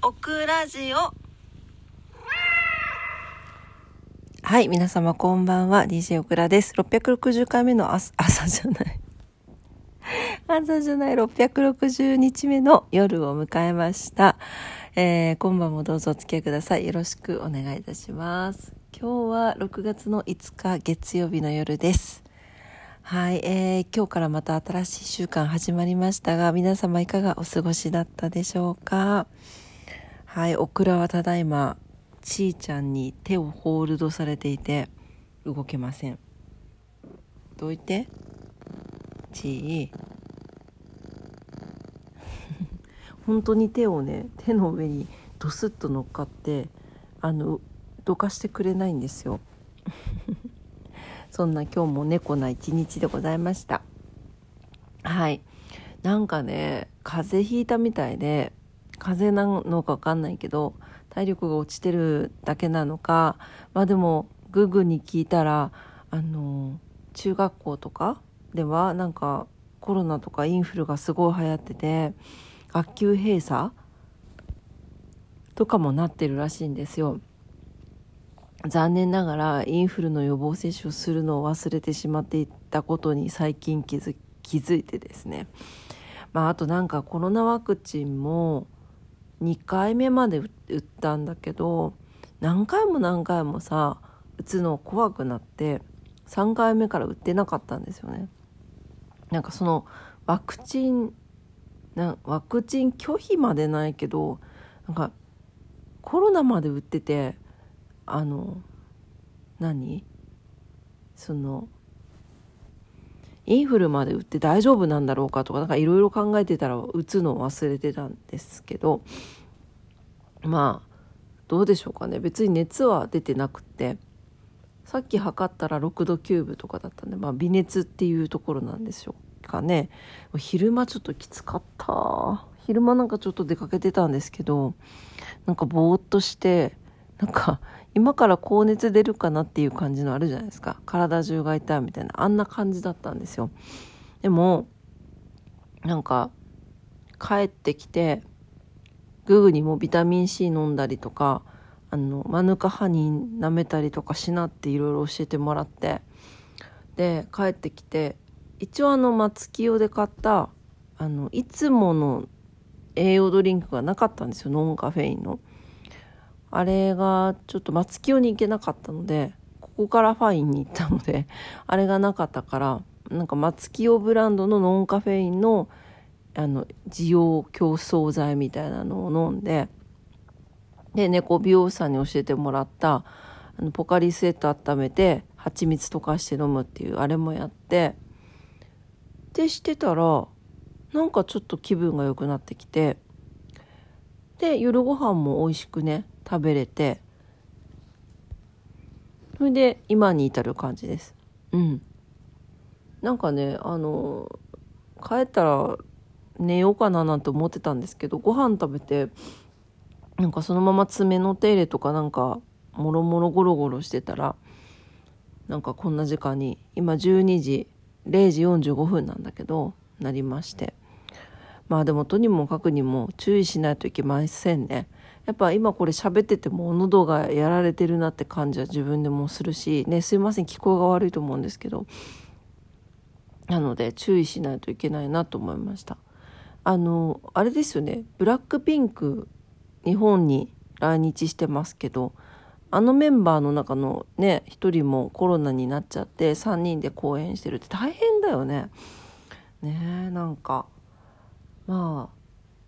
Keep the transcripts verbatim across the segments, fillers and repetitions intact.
オクラジオ。はい、皆様こんばんは。 ディージェー オクラです。ろっぴゃくろくじゅっかいめの朝朝じゃない朝じゃないろっぴゃくろくじゅうにちめの夜を迎えました。えー、今晩もどうぞお付き合いください。よろしくお願いいたします。今日はろくがつのいつか月曜日の夜です。はい、えー、今日からまた新しい週間始まりましたが、皆様いかがお過ごしだったでしょうか。はい、オクラはただいまちーちゃんに手をホールドされていて動けません。どいてちー本当に手をね手の上にドスッと乗っかってあのどかしてくれないんですよそんな今日も猫な一日でございました。はい、なんかね風邪ひいたみたいで、風邪なのか分かんないけど体力が落ちてるだけなのか、まあでもグーグーに聞いたらあの中学校とかではなんかコロナとかインフルがすごい流行ってて、学級閉鎖とかもなってるらしいんですよ。残念ながらインフルの予防接種をするのを忘れてしまっていたことに最近気づ気づいてですね、まあ、あとなんかコロナワクチンもにかいめまで打ったんだけど、何回も何回もさ打つの怖くなってさんかいめから打ってなかったんですよね。なんかそのワクチンなワクチン拒否までないけど、なんかコロナまで打っててあの何そのインフルまで打って大丈夫なんだろうかとかなんかいろいろ考えてたら打つのを忘れてたんですけど、まあどうでしょうかね。別に熱は出てなくて、さっき測ったらろくどきゅうぶとかだったんで、まあ微熱っていうところなんでしょうかね。昼間ちょっときつかった。昼間なんかちょっと出かけてたんですけど、なんかぼーっとしてなんか今から高熱出るかなっていう感じのあるじゃないですか。体中が痛いみたいな、あんな感じだったんですよ。でもなんか帰ってきてグーグーにもビタミン C 飲んだりとか、あのマヌカハニー舐めたりとかしなっていろいろ教えてもらって、で帰ってきて一応あの松清で買ったあのいつもの栄養ドリンクがなかったんですよ。ノンカフェインのあれがちょっと松清に行けなかったので、ここからファインに行ったのであれがなかったから、なんか松清ブランドのノンカフェインのあの滋養強壮剤みたいなのを飲んで、で猫美容師さんに教えてもらったあのポカリスエット温めて蜂蜜溶かして飲むっていうあれもやってでしてたら、なんかちょっと気分が良くなってきて、で夜ご飯も美味しくね食べれて、それで今に至る感じです。うんなんかねあの帰ったら寝ようかななんて思ってたんですけど、ご飯食べてなんかそのまま爪の手入れとかなんかもろもろゴロゴロしてたら、なんかこんな時間に今じゅうにじれいじよんじゅうごふんなんだけどなりまして、まあでもとにもかくにも注意しないといけませんね。やっぱ今これ喋ってても喉がやられてるなって感じは自分でもするしね、すいません聞こえが悪いと思うんですけど、なので注意しないといけないなと思いました。あのあれですよね、ブラックピンク日本に来日してますけど、あのメンバーの中のね一人もコロナになっちゃってさんにんで公演してるって大変だよね。ねえなんかまあ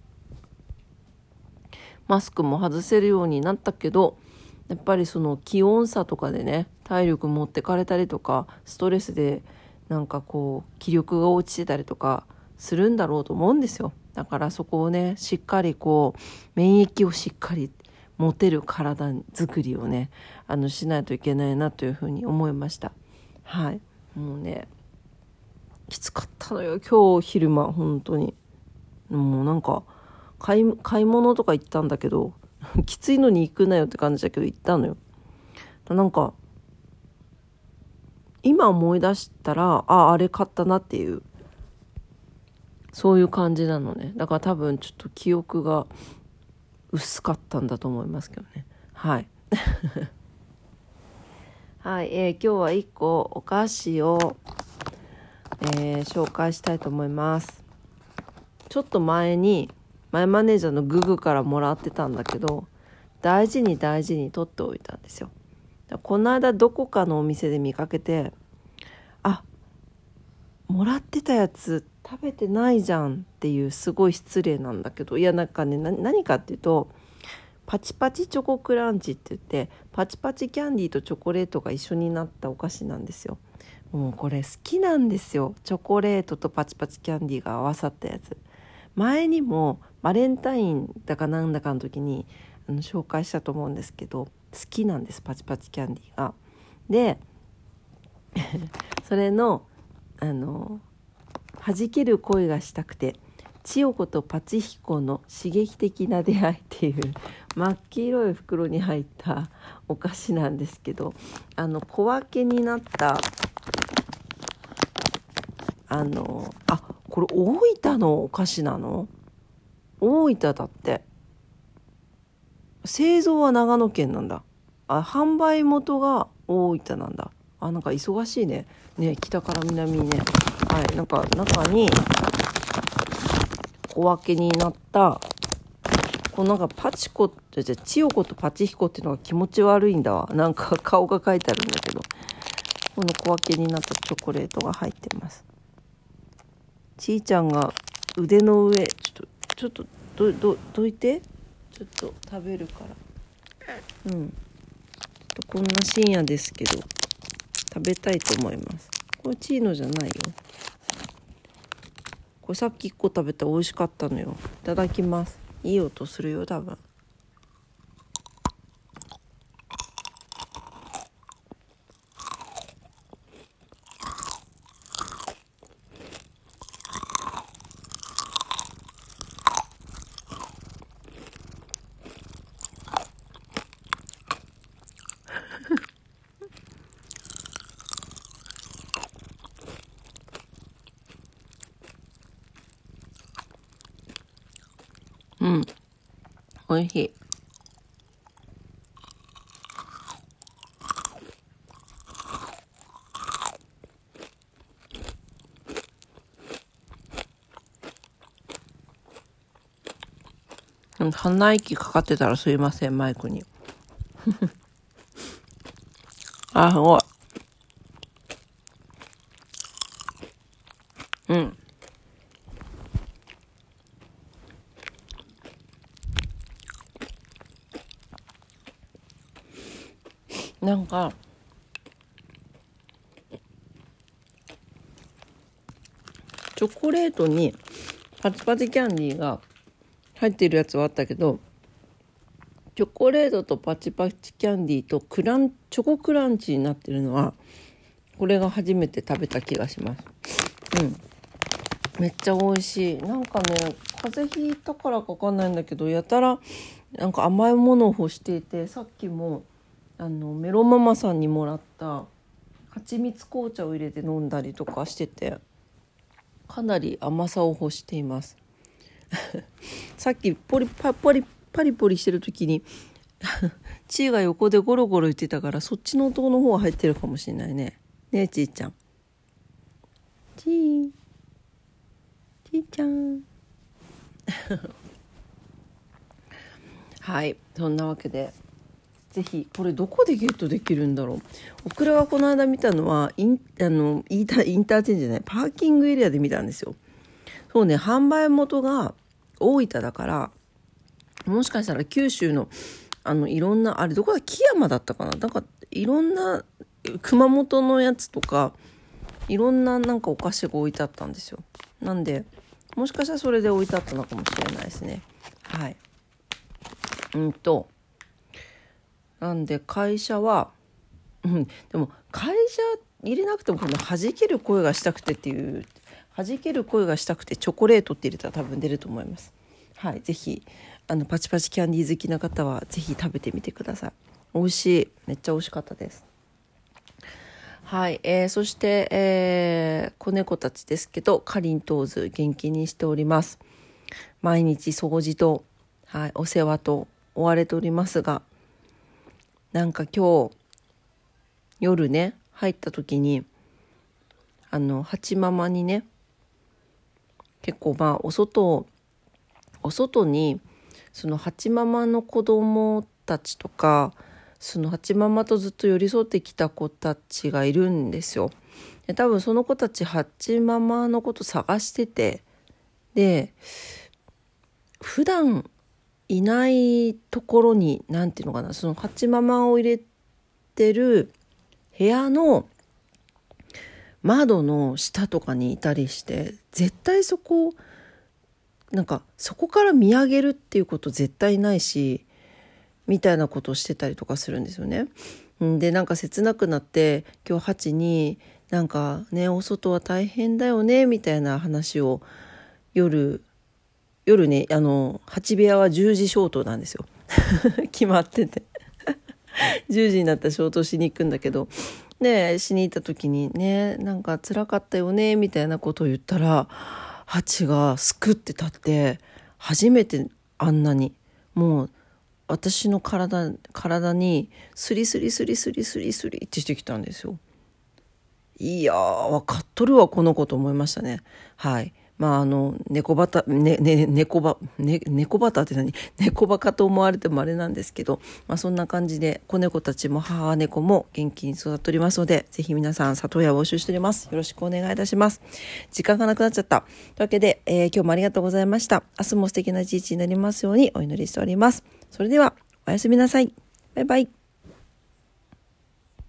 マスクも外せるようになったけど、やっぱりその気温差とかでね体力持ってかれたりとかストレスでなんかこう気力が落ちてたりとかするんだろうと思うんですよ。だからそこをねしっかりこう免疫をしっかり持てる体作りをねあのしないといけないなというふうに思いました。はいもうねきつかったのよ今日昼間本当に。もうなんか買い、買い物とか行ったんだけどきついのに行くなよって感じだけど行ったのよ。なんか今思い出したらああれ買ったなっていうそういう感じなのね。だから多分ちょっと記憶が薄かったんだと思いますけどね。はいはい、えー、今日はいっこお菓子を、えー、紹介したいと思います。ちょっと前にマイマネージャーのググからもらってたんだけど、大事に大事に取っておいたんですよ。この間どこかのお店で見かけて、あ、もらってたやつ食べてないじゃんっていう、すごい失礼なんだけど、いやなんかね、な何かっていうと、パチパチチョコクランチって言って、パチパチキャンディーとチョコレートが一緒になったお菓子なんですよ。もうこれ好きなんですよ。チョコレートとパチパチキャンディーが合わさったやつ。前にもバレンタインだかなんだかの時にあの紹介したと思うんですけど、好きなんです、パチパチキャンディーが。でそれのあの弾ける恋がしたくて、千代子とパチヒコの刺激的な出会いっていう真っ黄色い袋に入ったお菓子なんですけど、あの小分けになったあのあこれ大分のお菓子なの？大分だって。製造は長野県なんだ。あ、販売元が大分なんだ。あ、なんか忙しいね。ね、北から南にね。はい、なんか中に小分けになったこうなんかパチコってじゃ千代子とパチヒコっていうのが気持ち悪いんだわ。なんか顔が書いてあるんだけど、この小分けになったチョコレートが入ってます。ちーちゃんが腕の上ちょっとちょっとどどどいて、ちょっと食べるから。うん。ちょっとこんな深夜ですけど食べたいと思います。これチーノじゃないよ。これさっきいっこ食べたら美味しかったのよ。いただきます。いい音するよ多分。うん、おいしい。鼻息かかってたらすいません、マイクに。あ、すごい。うん。なんかチョコレートにパチパチキャンディーが入ってるやつはあったけど、チョコレートとパチパチキャンディーとクランチョコクランチになってるのはこれが初めて食べた気がします。うん、めっちゃ美味しい。なんかね、風邪ひいたからかわかんないんだけど、やたらなんか甘いものを欲していて、さっきもあのメロンママさんにもらった蜂蜜紅茶を入れて飲んだりとかしてて、かなり甘さを欲していますさっきポリパポリパリポリしてる時にチーが横でゴロゴロ言ってたから、そっちの音の方が入ってるかもしれないね。ねえちーちゃん、ちーちーちゃんはい、そんなわけでぜひこれどこでゲットできるんだろう。オクラがこの間見たのはインあのインタインターチェンジじゃない、パーキングエリアで見たんですよ。そうね、販売元が大分だから、もしかしたら九州のあのいろんな、あれどこだ、木山だったかな、なんかいろんな熊本のやつとかいろんななんかお菓子が置いてあったんですよ。なんでもしかしたらそれで置いてあったのかもしれないですね。はい。うんとなんで会社は、うん、でも会社入れなくてもこの弾ける声がしたくてっていう弾ける声がしたくてチョコレートって入れたら多分出ると思います。はい、ぜひあのパチパチキャンディー好きな方はぜひ食べてみてください。美味しい、めっちゃ美味しかったです。はい、えー、そして、えー、子猫たちですけどかりんとうず元気にしております。毎日掃除とはい、お世話と追われておりますが、なんか今日夜ね入った時にあのハチママにね、結構まあお外お外にそのハチママの子供たちとか、そのハチママとずっと寄り添ってきた子たちがいるんですよ。で多分その子たちハチママのこと探してて、で普段いないところに、なんていうのかな、そのハチママを入れてる部屋の窓の下とかにいたりして、絶対そこなんかそこから見上げるっていうこと絶対ないし、みたいなことをしてたりとかするんですよね。でなんか切なくなって、今日ハチになんかね、お外は大変だよねみたいな話を夜夜ね、あのハチ部屋はじゅうじ消灯なんですよ決まっててじゅうじになったら消灯しに行くんだけどね、しに行った時にね、なんか辛かったよねみたいなことを言ったら、ハチがすくって立って、初めてあんなにもう私の体体にスリスリスリスリスリスリってしてきたんですよ。いやー分かっとるわこの子と思いましたね。はい。まああの猫バタねね猫バね猫バタって何猫バカと思われてもあれなんですけど、まあそんな感じで子猫たちも母猫も元気に育っておりますので、ぜひ皆さん里親を募集しております。よろしくお願いいたします。時間がなくなっちゃった。というわけで、えー、今日もありがとうございました。明日も素敵な一日になりますようにお祈りしております。それではおやすみなさい。バイバイ。